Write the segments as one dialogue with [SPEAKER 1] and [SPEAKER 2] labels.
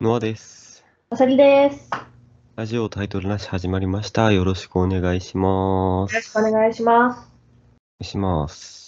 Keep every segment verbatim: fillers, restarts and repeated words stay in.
[SPEAKER 1] ノアです。
[SPEAKER 2] あさりです。
[SPEAKER 1] ラジオタイトルなし始まりました。よろしくお願いしま
[SPEAKER 2] よろしくお
[SPEAKER 1] す。
[SPEAKER 2] 願いします。
[SPEAKER 1] お願いします。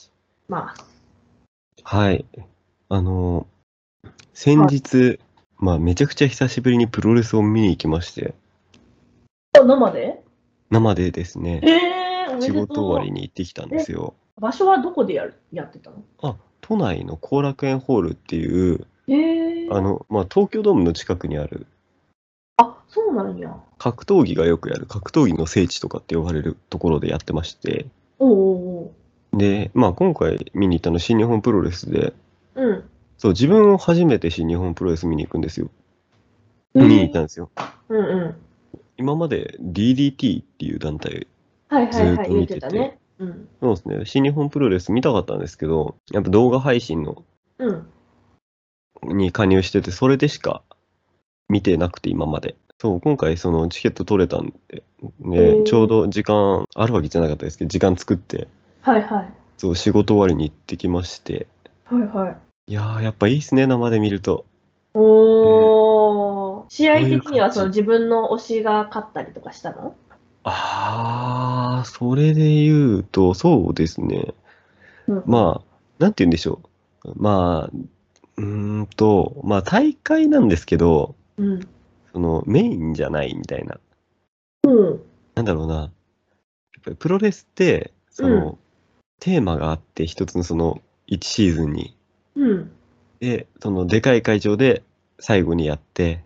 [SPEAKER 2] ま
[SPEAKER 1] はい。あの、
[SPEAKER 2] あ、
[SPEAKER 1] 先
[SPEAKER 2] はい。
[SPEAKER 1] 日、まあ、めちゃくちゃ久しぶりにプロレスを見に行きまして、
[SPEAKER 2] あ、生で
[SPEAKER 1] 生でですね、
[SPEAKER 2] えー、おめ
[SPEAKER 1] 仕
[SPEAKER 2] で
[SPEAKER 1] 事終わり
[SPEAKER 2] と
[SPEAKER 1] に行ってきたん
[SPEAKER 2] う。え、
[SPEAKER 1] ですよ。
[SPEAKER 2] 場所はどこでやる、やってたの？
[SPEAKER 1] あ、都内の後楽園ホールっていう、
[SPEAKER 2] えー、
[SPEAKER 1] あの、まあ、東京ドームの近くにある、
[SPEAKER 2] あ、そうなんや。
[SPEAKER 1] 格闘技がよくやる格闘技の聖地とかって呼ばれるところでやってまして、
[SPEAKER 2] おうおうお
[SPEAKER 1] で、まあ、今回見に行ったの新日本プロレスで、
[SPEAKER 2] う。うん。
[SPEAKER 1] そう、自分を初めて新日本プロレス見に行くんですよ。
[SPEAKER 2] え
[SPEAKER 1] 見に行ったん
[SPEAKER 2] ー、
[SPEAKER 1] ですよ。
[SPEAKER 2] うんうん。
[SPEAKER 1] 今まで ディーディーティー っていう団体
[SPEAKER 2] はいはいはい、
[SPEAKER 1] ずーっと
[SPEAKER 2] 言っ
[SPEAKER 1] 見てて、
[SPEAKER 2] てたね。うん。
[SPEAKER 1] そうですね、新日本プロレス見たかったんですけど、やっぱ動画配信の
[SPEAKER 2] うん。
[SPEAKER 1] に加入してて、それでしか見てなくて今まで。そう、今回そのチケット取れたんで、
[SPEAKER 2] え
[SPEAKER 1] ね、ちょう
[SPEAKER 2] ー、
[SPEAKER 1] ど時間あるわけじゃなかったですけど、時間作って、
[SPEAKER 2] はいはい。
[SPEAKER 1] そう、仕事終わりに行ってきまして、
[SPEAKER 2] はいはい。
[SPEAKER 1] いやー、やっぱいいっすね、生で見ると。うん、
[SPEAKER 2] おー、試合
[SPEAKER 1] どういう
[SPEAKER 2] 的にはその
[SPEAKER 1] 感じ？
[SPEAKER 2] 自分の推しが勝ったりとかしたの？
[SPEAKER 1] あー、それで言うと、そうですね。
[SPEAKER 2] うんうん。
[SPEAKER 1] まあ、なんて言うんでしょう。まあ、うーんと、まあ大会なんですけど、
[SPEAKER 2] うん。
[SPEAKER 1] そのメインじゃないみたいな。
[SPEAKER 2] うん。
[SPEAKER 1] なんだろうな。やっぱりプロレスって、そ
[SPEAKER 2] うん。
[SPEAKER 1] のテーマがあって、一つのそのいちシーズンに。
[SPEAKER 2] うん。
[SPEAKER 1] で、そのでかい会場で最後にやって、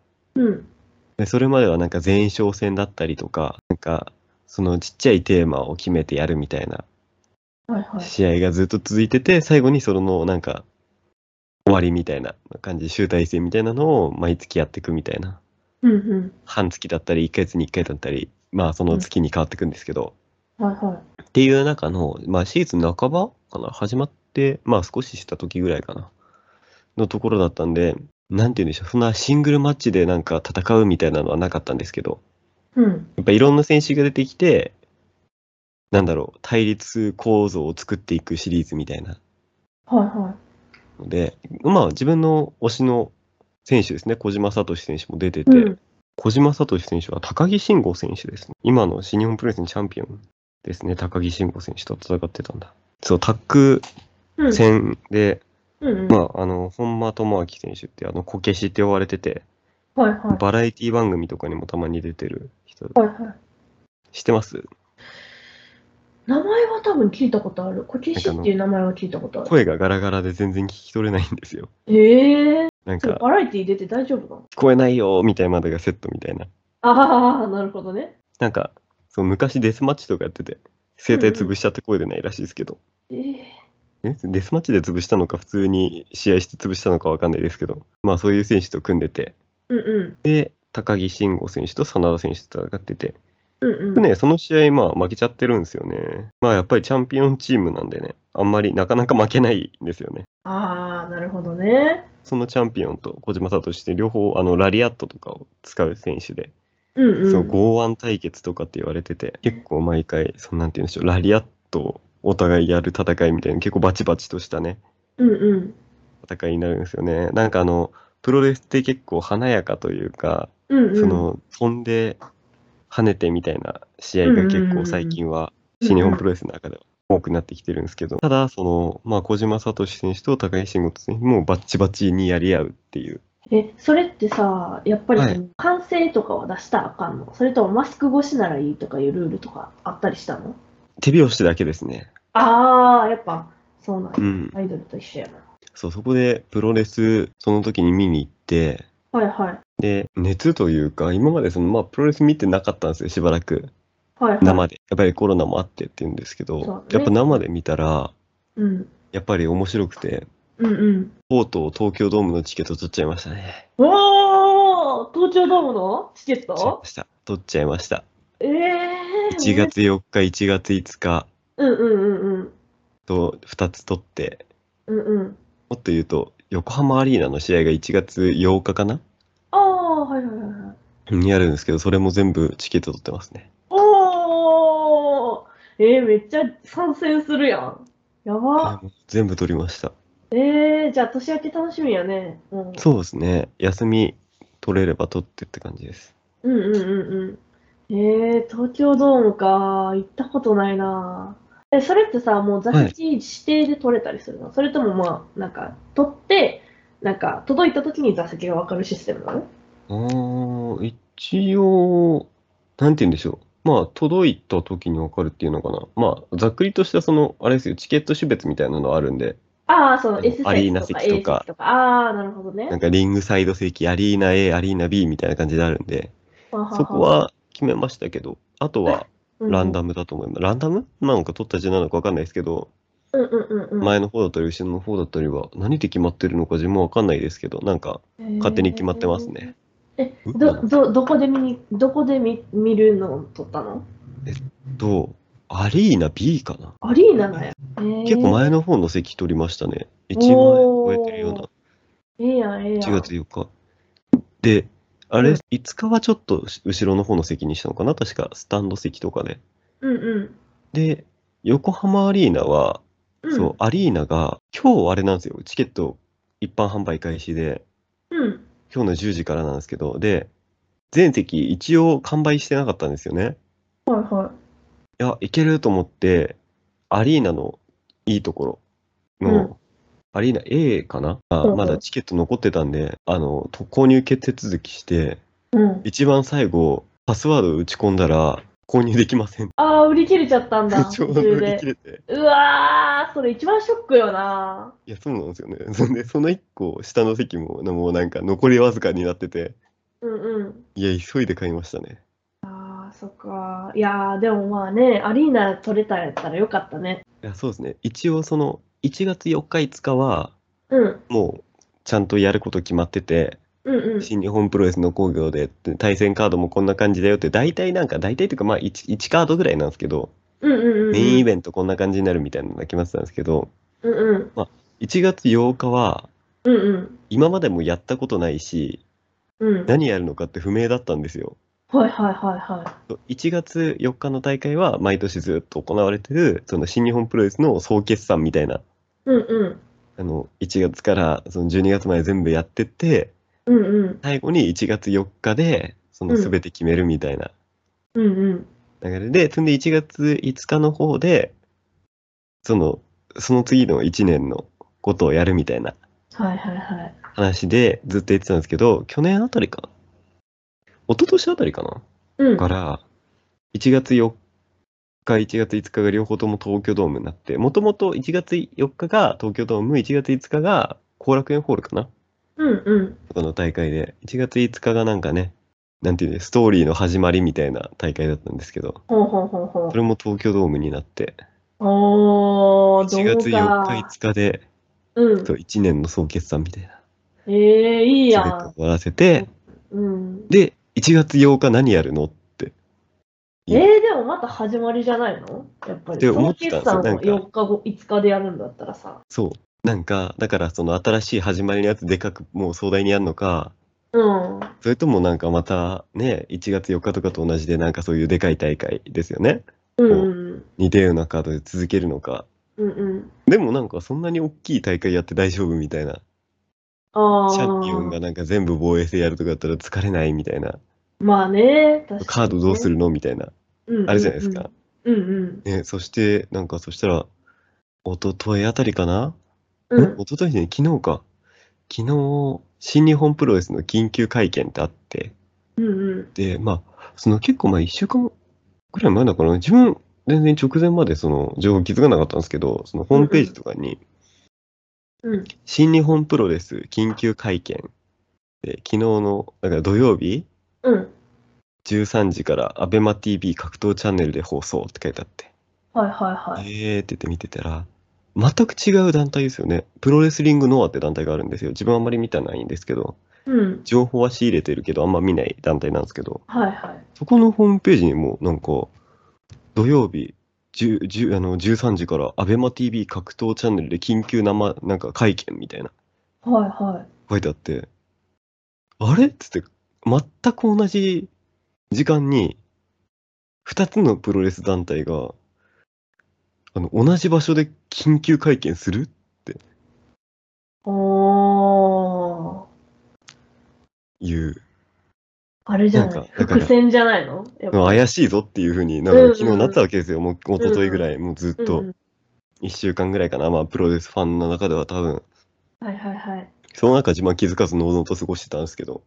[SPEAKER 2] うん。
[SPEAKER 1] で、それまではなんか前哨戦だったりとか、なんか、そのちっちゃいテーマを決めてやるみたいな
[SPEAKER 2] はいはい。
[SPEAKER 1] 試合がずっと続いてて、最後にそのなんか終わりみたいな感じ、集大成みたいなのを毎月やっていくみたいな。
[SPEAKER 2] うんうん。
[SPEAKER 1] 半月だったり、いっかげつにいっかいだったり、まあその
[SPEAKER 2] うん。
[SPEAKER 1] 月に変わっていくんですけど、
[SPEAKER 2] はいはい。
[SPEAKER 1] っていう中の、まあシーズン半ばかな、始まって、まあ少しした時ぐらいかな、のところだったんで、なんて言うんでしょう、そんなシングルマッチでなんか戦うみたいなのはなかったんですけど、
[SPEAKER 2] うん。
[SPEAKER 1] やっぱいろんな選手が出てきて、なんだろう、対立構造を作っていくシリーズみたいな
[SPEAKER 2] はいは
[SPEAKER 1] ので、まあ自分の推しの選手ですね、小島聡選手も出て
[SPEAKER 2] い。う
[SPEAKER 1] て、
[SPEAKER 2] ん。
[SPEAKER 1] 小島聡選手は高木慎吾選手ですね。今の新日本プロレスのチャンピオンですね。高木慎吾選手と戦ってたんだ。そう、タッグ
[SPEAKER 2] うん。
[SPEAKER 1] 戦で、
[SPEAKER 2] うんうん。
[SPEAKER 1] まあ、あの、本間智明選手ってあの、こけしって呼ばれてて、
[SPEAKER 2] はいは
[SPEAKER 1] バラエティ番組とかにもたまに出てる人、
[SPEAKER 2] い。はいはい。
[SPEAKER 1] 知ってます？
[SPEAKER 2] 名前は多分聞いたことある。こけ
[SPEAKER 1] なんかあの、
[SPEAKER 2] しっていう名前は聞いたことある。
[SPEAKER 1] 声がガラガラで全然聞き取れないんですよ。
[SPEAKER 2] ええー。それ
[SPEAKER 1] なんか、
[SPEAKER 2] バラエティ出て大丈夫なの？
[SPEAKER 1] 聞こえないよーみたいなのがセットみたいな。
[SPEAKER 2] ああー、なるほどね。
[SPEAKER 1] なんか、そう、昔デスマッチとかやってて、声帯
[SPEAKER 2] うんうん。
[SPEAKER 1] 潰しちゃって声出ないらしいですけど、
[SPEAKER 2] ええ
[SPEAKER 1] えデスマッチで潰したのか普通に試合して潰したのかわかんないですけど、まあそういう選手と組んでて、
[SPEAKER 2] ー。うんうん。
[SPEAKER 1] で、高木慎吾選手と真田選手と戦ってて、
[SPEAKER 2] うんうん。
[SPEAKER 1] でね、その試合まあ負けちゃってるんですよね。まあやっぱりチャンピオンチームなんでね、あんまりなかなか負けないんですよね。
[SPEAKER 2] ああ、なるほどね。
[SPEAKER 1] そのチャンピオンと小島聡って両方あのラリアットとかを使う選手で、そう、
[SPEAKER 2] うんうん。
[SPEAKER 1] 剛腕対決とかって言われてて、結構毎回、そんなんて言うんでしょう、ラリアットをお互いやる戦いみたいな、結構バチバチとしたね、
[SPEAKER 2] うんうん。
[SPEAKER 1] 戦いになるんですよね。なんかあの、プロレスって結構華やかというか、
[SPEAKER 2] うんうん。
[SPEAKER 1] その、飛んで跳ねてみたいな試合
[SPEAKER 2] うん
[SPEAKER 1] が結構
[SPEAKER 2] うんうん。
[SPEAKER 1] 最近は
[SPEAKER 2] うんうん。
[SPEAKER 1] 新日本プロレスの中では多くなってきてるんですけど、ただ、その、まあ、小島聡選手と高木慎吾選手もバッチバチにやり合うっていう。
[SPEAKER 2] え、それってさ、やっぱり
[SPEAKER 1] はい。
[SPEAKER 2] その、歓声とかは出したらあかんの？それともマスク越しならいいとかいうルールとかあったりしたの？
[SPEAKER 1] 手拍子だけですね。
[SPEAKER 2] ああ、やっぱ、そうなんや。
[SPEAKER 1] うん。
[SPEAKER 2] アイドルと一緒やな。
[SPEAKER 1] そう、そこでプロレス、その時に見に行って、
[SPEAKER 2] はいはい。
[SPEAKER 1] で、熱というか、今までその、まあ、プロレス見てなかったんですよ、しばらく。
[SPEAKER 2] はいはい。
[SPEAKER 1] 生で。やっぱりコロナもあってって言うんですけど、やっぱ
[SPEAKER 2] そうだね。
[SPEAKER 1] 生で見たら、
[SPEAKER 2] うん。
[SPEAKER 1] やっぱり面白くて、
[SPEAKER 2] うんうん。
[SPEAKER 1] とうとう東京ドームのチケット取っちゃいましたね。
[SPEAKER 2] おー、東京ドームのチケット？
[SPEAKER 1] 取っちゃいました。取っちゃいました。
[SPEAKER 2] ええー、
[SPEAKER 1] 1
[SPEAKER 2] め、
[SPEAKER 1] 月よっか、いちがついつか
[SPEAKER 2] うんうんうんうん。
[SPEAKER 1] とふたつ取って、
[SPEAKER 2] うんうん。
[SPEAKER 1] もっと言うと、横浜アリーナの試合がいちがつようかかな
[SPEAKER 2] ああ、はいはいはいはい。
[SPEAKER 1] にあるんですけど、それも全部チケット取ってますね。
[SPEAKER 2] おー、えー、めっちゃ参戦するやん。や
[SPEAKER 1] はい、
[SPEAKER 2] ば。
[SPEAKER 1] もう全部取りました。
[SPEAKER 2] えー、じゃあ年明け楽しみやね。うん。
[SPEAKER 1] そうですね。休み取れれば取ってって感じです。
[SPEAKER 2] うんうんうんうん。えー、東京ドームか。行ったことないな。え、それってさ、もう座
[SPEAKER 1] はい。
[SPEAKER 2] 席指定で取れたりするの？それともまあ、なんか、取って、なんか、届いた時に座席がわかるシステムなの？
[SPEAKER 1] あー一応、なんて言うんでしょう。まあ、届いた時に分かるっていうのかな。まあ、ざっくりとしたその、あれですよ、チケット種別みたいなのあるんで、
[SPEAKER 2] ああ、その
[SPEAKER 1] あの、
[SPEAKER 2] S
[SPEAKER 1] アリーナ
[SPEAKER 2] 席とか
[SPEAKER 1] 席と
[SPEAKER 2] A 席
[SPEAKER 1] か、
[SPEAKER 2] とか。ああ、なるほどね。
[SPEAKER 1] なんかリングサイド席、アリーナ A、アリーナ B みたいな感じであるんで、
[SPEAKER 2] ははは。
[SPEAKER 1] そこは決めましたけど、あとは
[SPEAKER 2] うんうん。
[SPEAKER 1] ランダムだと思います。ランダムなんか取った順なのか分かんないですけど、
[SPEAKER 2] うんうんうん
[SPEAKER 1] 前の方だったり後ろの方だったりは何で決まってるのか自分は分かんないですけど、なんか
[SPEAKER 2] う
[SPEAKER 1] 勝手に
[SPEAKER 2] ん。
[SPEAKER 1] 決まってますね。
[SPEAKER 2] えー、え、ど、
[SPEAKER 1] うなんだ。
[SPEAKER 2] ど、どこで見に、どこで見、見るのを撮ったの？
[SPEAKER 1] えっと、アリーナ B かな。
[SPEAKER 2] アリーナなんや。え
[SPEAKER 1] 結構前
[SPEAKER 2] ー、
[SPEAKER 1] の方の席取りましたね。いちまん円超えてるような。
[SPEAKER 2] おー、ええやん、ええや
[SPEAKER 1] 1月
[SPEAKER 2] ん。
[SPEAKER 1] よっか。で、あれ、
[SPEAKER 2] うん、
[SPEAKER 1] いつかはちょっと後ろの方の席にしたのかな確か、スタンド席とかで。
[SPEAKER 2] うんうん、
[SPEAKER 1] で、横浜アリーナは、そう、
[SPEAKER 2] うん、
[SPEAKER 1] アリーナが、今日あれなんですよ。チケット一般販売開始で、
[SPEAKER 2] うん。
[SPEAKER 1] 今日のじゅうじからなんですけど、で、全席一応完売してなかったんですよね。
[SPEAKER 2] はいは
[SPEAKER 1] いや、いけると思って、アリーナのいいところ
[SPEAKER 2] い。うん、
[SPEAKER 1] の、アリーナ A かなあ、まだ
[SPEAKER 2] ほうほ
[SPEAKER 1] チケット残ってたんで、あの、と購入決定続きして、
[SPEAKER 2] う。うん。
[SPEAKER 1] 一番最後、パスワードを打ち込んだら、購入できません。
[SPEAKER 2] ああ、売り切れちゃったんだ、
[SPEAKER 1] ちょ
[SPEAKER 2] 途
[SPEAKER 1] うど売り切
[SPEAKER 2] 中で。
[SPEAKER 1] れて。
[SPEAKER 2] うわー、それ一番ショックよな。
[SPEAKER 1] いや、そうなんですよね。そんで、その一個下の席も、もうなんか残りわずかになってて、
[SPEAKER 2] うんうん。
[SPEAKER 1] いや、急いで買いましたね。
[SPEAKER 2] ああ、そっか。いやー、でもまあね、アリーナ取れたんやったらよかったね。
[SPEAKER 1] いや、そうですね。一応その、いちがつよっか、いつかは、
[SPEAKER 2] うん、
[SPEAKER 1] もう、ちゃんとやること決まってて、
[SPEAKER 2] うんうん、
[SPEAKER 1] 新日本プロレスの興行でって対戦カードもこんな感じだよって、大体なんか、大体というかまあ 1, いちカードぐらいなんですけど、
[SPEAKER 2] うんうん
[SPEAKER 1] メ
[SPEAKER 2] うんうん、
[SPEAKER 1] インイベントこんな感じになるみたいなのが決まってたんですけど、
[SPEAKER 2] うんうん、
[SPEAKER 1] まあ、いちがつようかは、
[SPEAKER 2] うんうん、
[SPEAKER 1] 今までもやったことないし、
[SPEAKER 2] うん。
[SPEAKER 1] 何やるのかって不明だったんですよ。
[SPEAKER 2] はいはいはいは
[SPEAKER 1] いちがつよっかの大会は毎年ずっと行われてる、その新日本プロレスの総決算みたいな、
[SPEAKER 2] い。うんうん、
[SPEAKER 1] あの、いちがつからそのじゅうにがつまで全部やってって、
[SPEAKER 2] うんうん、
[SPEAKER 1] 最後にいちがつよっかで、その
[SPEAKER 2] うん、
[SPEAKER 1] 全て決めるみたいな
[SPEAKER 2] うんうん。
[SPEAKER 1] 流れで、そんでいちがついつかの方で、その、その次のいちねんのことをやるみたいな
[SPEAKER 2] はいはいはい。
[SPEAKER 1] 話でずっと言ってたんですけど、去年あたりかな一昨年あたりかな
[SPEAKER 2] うん。
[SPEAKER 1] から、いちがつよっか、いちがついつかが両方とも東京ドームになって、もともといちがつよっかが東京ドーム、いちがついつかが後楽園ホールかな
[SPEAKER 2] うんうん。
[SPEAKER 1] この大会で、いちがついつかがなんかね、なんていうね、ストーリーの始まりみたいな大会だったんですけど、
[SPEAKER 2] ほうほうほうほ
[SPEAKER 1] それも東京ドームになって、
[SPEAKER 2] う。おー、
[SPEAKER 1] 1
[SPEAKER 2] どう
[SPEAKER 1] 月よっか、
[SPEAKER 2] か。
[SPEAKER 1] いつかで、
[SPEAKER 2] うん。
[SPEAKER 1] そういちねんの総決算みたいな、
[SPEAKER 2] ええ、いいやん。
[SPEAKER 1] すべて終わらせて、
[SPEAKER 2] うん。
[SPEAKER 1] で、いちがつようか何やるのっていう、っ
[SPEAKER 2] えー、でもまた始まりじゃないの？やっぱり。
[SPEAKER 1] て思
[SPEAKER 2] 総
[SPEAKER 1] ってたんですよ。
[SPEAKER 2] 決算を
[SPEAKER 1] なんか、
[SPEAKER 2] よっかご、いつかでやるんだったらさ。
[SPEAKER 1] そう。なんか、だからその新しい始まりのやつでかくもう壮大にやるのか、
[SPEAKER 2] うん。
[SPEAKER 1] それともなんかまたね、いちがつよっかとかと同じでなんかそういうでかい大会ですよね。
[SPEAKER 2] うん
[SPEAKER 1] を
[SPEAKER 2] うん。
[SPEAKER 1] 似たようなカードで続けるのか。
[SPEAKER 2] うんうん。
[SPEAKER 1] でもなんかそんなに大きい大会やって大丈夫みたいな。
[SPEAKER 2] あ
[SPEAKER 1] チャンピオンが
[SPEAKER 2] あ、
[SPEAKER 1] なんか全部防衛戦やるとかだったら疲れないみたいな。
[SPEAKER 2] まあね、確か
[SPEAKER 1] カードどうす
[SPEAKER 2] にね。
[SPEAKER 1] るのみたいな。
[SPEAKER 2] うん
[SPEAKER 1] ある
[SPEAKER 2] うんうん。
[SPEAKER 1] じゃないですか。
[SPEAKER 2] うん
[SPEAKER 1] ね、そしてなんかそしたら、一昨日あたりかな
[SPEAKER 2] うん。
[SPEAKER 1] ん
[SPEAKER 2] うん。
[SPEAKER 1] 一昨日ね、昨日か。昨日、新日本プロレスの緊急会見ってあって、
[SPEAKER 2] うんうん。
[SPEAKER 1] で、まあ、その結構まあいっしゅうかんぐらい前だから自分、全然直前までその情報気づかなかったんですけど、そのホームページ
[SPEAKER 2] うんうん。
[SPEAKER 1] とかに、
[SPEAKER 2] うん。
[SPEAKER 1] 新日本プロレス緊急会見で、昨日の、だから土曜日、
[SPEAKER 2] うん。
[SPEAKER 1] じゅうさんじからアベマ ティービー 格闘チャンネルで放送って書いてあって、
[SPEAKER 2] はいはいはい。
[SPEAKER 1] えーって言って見てたら、全く違う団体ですよね。プロレスリングノアって団体があるんですよ。自分あんまり見てないんですけど、
[SPEAKER 2] うん。
[SPEAKER 1] 情報は仕入れてるけど、あんま見ない団体なんですけど、
[SPEAKER 2] はいはい。
[SPEAKER 1] そこのホームページにも、なんか、土曜日、じゅう、じゅうあの、じゅうさんじからアベマ ティービー 格闘チャンネルで緊急生、なんか会見みたいな、
[SPEAKER 2] はいはい。
[SPEAKER 1] 書いてあって、あれっつって、全く同じ時間に、二つのプロレス団体が、あの、同じ場所で緊急会見するって
[SPEAKER 2] おー。
[SPEAKER 1] いう。
[SPEAKER 2] あれじゃない
[SPEAKER 1] なんかだから
[SPEAKER 2] 伏線じゃないのやっぱ
[SPEAKER 1] 怪しいぞっていうふうに、なんか昨日なってたわけですよ。もう一昨日ぐらい、もうずっと
[SPEAKER 2] うんうん。
[SPEAKER 1] いっしゅうかんぐらいかな。まあ、プロレスファンの中では多分、
[SPEAKER 2] はいはいはい。
[SPEAKER 1] その中自分は気づかずのうのうと過ごしてたんですけど、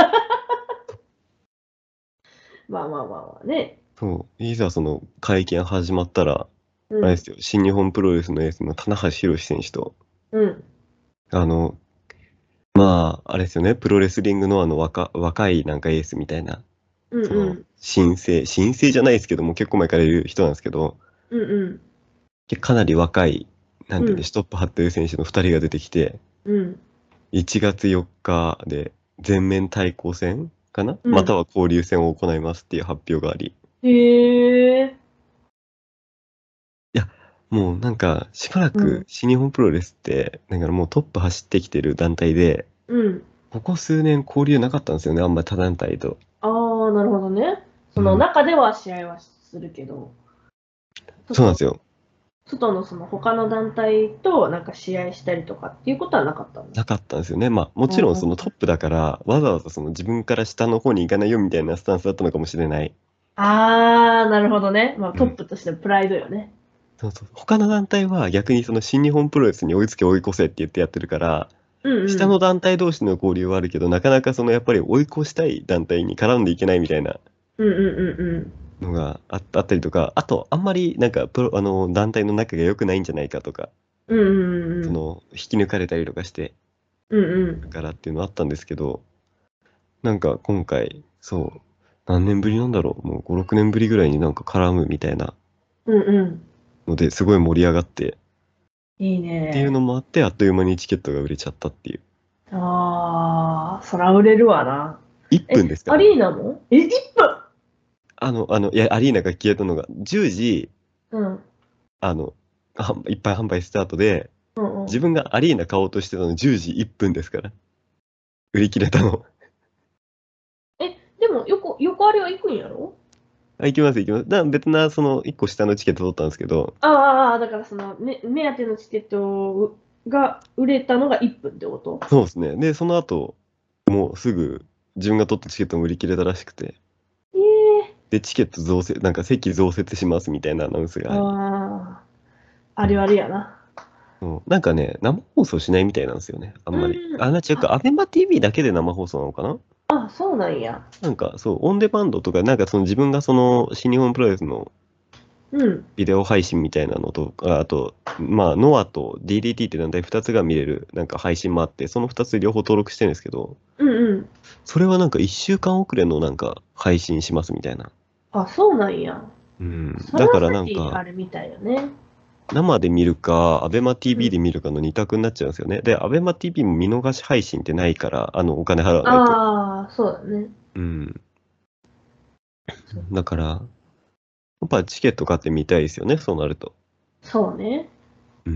[SPEAKER 2] まあまあまあまあね。
[SPEAKER 1] そう、いざその会見始まったら、
[SPEAKER 2] うん。
[SPEAKER 1] あれですよ、新日本プロレスのエースの棚橋宏選手と、
[SPEAKER 2] うん。
[SPEAKER 1] あの、まあ、あれですよね、プロレスリングのあの若若いなんかエースみたいな、
[SPEAKER 2] うん
[SPEAKER 1] その、
[SPEAKER 2] うん。
[SPEAKER 1] 新生、新生じゃないですけども、結構前からいる人なんですけど、
[SPEAKER 2] うんうん。
[SPEAKER 1] かなり若い、なんていうんで、
[SPEAKER 2] うん。
[SPEAKER 1] ストップ張ってる選手のふたりが出てきて、
[SPEAKER 2] うん。
[SPEAKER 1] いちがつよっかで全面対抗戦かな、
[SPEAKER 2] うん。
[SPEAKER 1] または交流戦を行いますっていう発表があり、
[SPEAKER 2] へえ。
[SPEAKER 1] いや、もうなんか、しばら
[SPEAKER 2] うん。
[SPEAKER 1] く新日本プロレスって、だからもうトップ走ってきてる団体で、
[SPEAKER 2] うん。
[SPEAKER 1] ここ数年交流なかったんですよね、あんまり他団体と。
[SPEAKER 2] ああ、なるほどね。その
[SPEAKER 1] うん、
[SPEAKER 2] 中では試合はするけど、外、
[SPEAKER 1] そうなんですよ。
[SPEAKER 2] 外のその他の団体となんか試合したりとかっていうことはなかったんだ。
[SPEAKER 1] なかったんですよね。まあ、もちろんそのトップだから、わざわざその自分から下の方に行かないよみたいなスタンスだったのかもしれない。
[SPEAKER 2] ああ、なるほどね。まあ
[SPEAKER 1] うん。
[SPEAKER 2] トップとしてのプライドよね。
[SPEAKER 1] そうそう。他の団体は逆にその新日本プロレスに追いつけ追い越せって言ってやってるから、
[SPEAKER 2] うんうん。
[SPEAKER 1] 下の団体同士の交流はあるけど、なかなかそのやっぱり追い越したい団体に絡んでいけないみたいな
[SPEAKER 2] うんうんうんうん。
[SPEAKER 1] のがああったりとか、あと、あんまりなんかプロ、あの、団体の仲が良くないんじゃないかとか、
[SPEAKER 2] うんうんうん。
[SPEAKER 1] その、引き抜かれたりとかして
[SPEAKER 2] うんうん。
[SPEAKER 1] るからっていうのあったんですけど、なんか今回、そう、何年ぶりなんだろう、もうご、ろくねんぶりぐらいになんか絡むみたいな
[SPEAKER 2] うんう
[SPEAKER 1] ので、すごい盛り上がって、っ
[SPEAKER 2] ん。いい
[SPEAKER 1] ていうの
[SPEAKER 2] ね。
[SPEAKER 1] もあって、あっという間にチケットが売れちゃったっていう。
[SPEAKER 2] ああ、そら売れるわな。
[SPEAKER 1] 1
[SPEAKER 2] え、
[SPEAKER 1] 分ですか
[SPEAKER 2] ア
[SPEAKER 1] らね。
[SPEAKER 2] リーナもえ、いっ
[SPEAKER 1] あの、あの、いや、アリーナが消えたのが、じゅうじ、
[SPEAKER 2] ぷんうん。
[SPEAKER 1] あの、はんいっぱい販売スタートで、
[SPEAKER 2] うんうん。
[SPEAKER 1] 自分がアリーナ買おうとしてたのじゅうじいっぷんですから。売り切れたの。
[SPEAKER 2] え、でも横、横ありは行くんやろ
[SPEAKER 1] あ、行きます行きます。だから別な、その、いっこ下のチケット取ったんですけど、
[SPEAKER 2] ああああ、だからその、ね、目当てのチケットが売れたのがいっぷんってこと
[SPEAKER 1] そうですね。で、その後、もうすぐ、自分が取ったチケットも売り切れたらしくて、
[SPEAKER 2] ええ
[SPEAKER 1] で、チケット増設、なんか席増設しますみたいなアナウンスがあり、
[SPEAKER 2] ああ、あり
[SPEAKER 1] うん、
[SPEAKER 2] ありやな。
[SPEAKER 1] そうなんかね、生放送しないみたいなんですよね、あん
[SPEAKER 2] う
[SPEAKER 1] まり。
[SPEAKER 2] ん。
[SPEAKER 1] あ、な、違うか、
[SPEAKER 2] あ、
[SPEAKER 1] アベマ ティーブイ だけで生放送なのかな。
[SPEAKER 2] あ、そうなんや。
[SPEAKER 1] なんか、そう、オンデマンドとか、なんかその自分がその、新日本プロレスの
[SPEAKER 2] うん。
[SPEAKER 1] ビデオ配信みたいなのとか、あと、まあ、ノアと ディーディーティー って団体ふたつが見れる、なんか配信もあって、そのふたつ両方登録してるんですけど、
[SPEAKER 2] うんうん。
[SPEAKER 1] それはなんかいっしゅうかん遅れのなんか配信しますみたいな。
[SPEAKER 2] あ、そうなんや。
[SPEAKER 1] うん。
[SPEAKER 2] それはさ
[SPEAKER 1] だから
[SPEAKER 2] っきあ
[SPEAKER 1] なんか、
[SPEAKER 2] れみたいよね。
[SPEAKER 1] 生で見るか、アベマ
[SPEAKER 2] うん
[SPEAKER 1] ティーブイ で見るかの二択になっちゃうんですよね。で、アベマ ティーブイ も見逃し配信ってないから、あの、お金払わないと。
[SPEAKER 2] ああ、そうだね。
[SPEAKER 1] うん。
[SPEAKER 2] そ
[SPEAKER 1] だから、やっぱチケット買ってみたいですよね、そうなると。
[SPEAKER 2] そうね。
[SPEAKER 1] うん。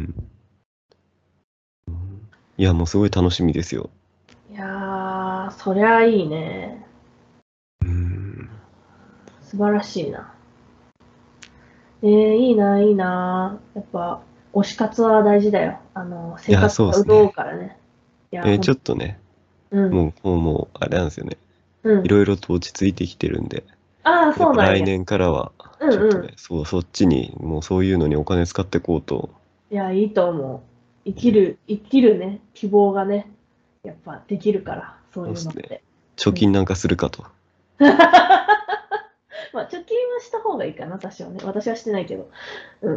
[SPEAKER 1] いや、もうすごい楽しみですよ。
[SPEAKER 2] いやー、そりゃいいね。
[SPEAKER 1] うん。
[SPEAKER 2] 素晴らしいな。えー、いいな、いいな。やっぱ、推し活は大事だよ。あの、
[SPEAKER 1] いや、
[SPEAKER 2] 生活
[SPEAKER 1] そうで
[SPEAKER 2] が潤う
[SPEAKER 1] すね。
[SPEAKER 2] からね。いや、
[SPEAKER 1] えーちょ
[SPEAKER 2] ほん、
[SPEAKER 1] っとね、
[SPEAKER 2] うん、
[SPEAKER 1] もう、もう、もう、あれなんですよね。
[SPEAKER 2] うん。
[SPEAKER 1] いろいろと落ち着いてきてるんで、
[SPEAKER 2] ああ、
[SPEAKER 1] やっぱ
[SPEAKER 2] そうなんや。
[SPEAKER 1] 来年からは、
[SPEAKER 2] うんうん。
[SPEAKER 1] ちょっとね、そう、そっちに、もうそういうのにお金使っていこうと。
[SPEAKER 2] いや、いいと思う。生
[SPEAKER 1] うん、
[SPEAKER 2] きる、生きるね、希望がね、やっぱできるから、そう
[SPEAKER 1] そうですね。
[SPEAKER 2] いうのって。うん。
[SPEAKER 1] 貯金なんかするかと。
[SPEAKER 2] まあ、貯金はした方がいいかな、多少ね。私はしてないけど。うん。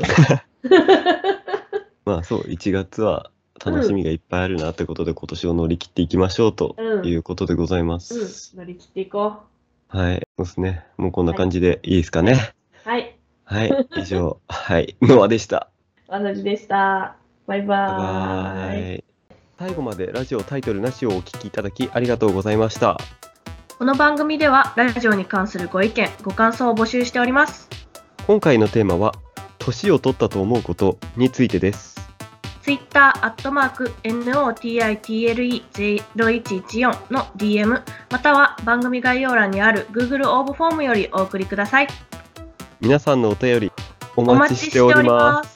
[SPEAKER 1] まあそう、いちがつは楽
[SPEAKER 2] うん、
[SPEAKER 1] しみがいっぱいあるなってことで、今年を乗り切っていきましょうと
[SPEAKER 2] うん、
[SPEAKER 1] いうことでございま
[SPEAKER 2] うん。
[SPEAKER 1] す。
[SPEAKER 2] 乗り切っていこ
[SPEAKER 1] はい、そうですね。もうこん
[SPEAKER 2] う。はい、
[SPEAKER 1] な感じでいいですか
[SPEAKER 2] はい、
[SPEAKER 1] ね。
[SPEAKER 2] はい。
[SPEAKER 1] はい、以上、はい、ノアでした。
[SPEAKER 2] わなじでした。バイ
[SPEAKER 1] バイ
[SPEAKER 2] バーイ。
[SPEAKER 1] バーイ。最後までラジオタイトルなしをお聞きいただきありがとうございました。
[SPEAKER 2] この番組ではラジオに関するご意見、ご感想を募集しております。
[SPEAKER 1] 今回のテーマは、年を取ったと思うことについてです。
[SPEAKER 2] Twitter アットマーク ノーティーアイティーエルイーゼロいちいちよん の ディーエム または番組概要欄にある Google 応募フォームよりお送りください。
[SPEAKER 1] 皆さんのお便りお
[SPEAKER 2] お
[SPEAKER 1] 待ちし
[SPEAKER 2] 待ちしててお
[SPEAKER 1] おります。
[SPEAKER 2] ります。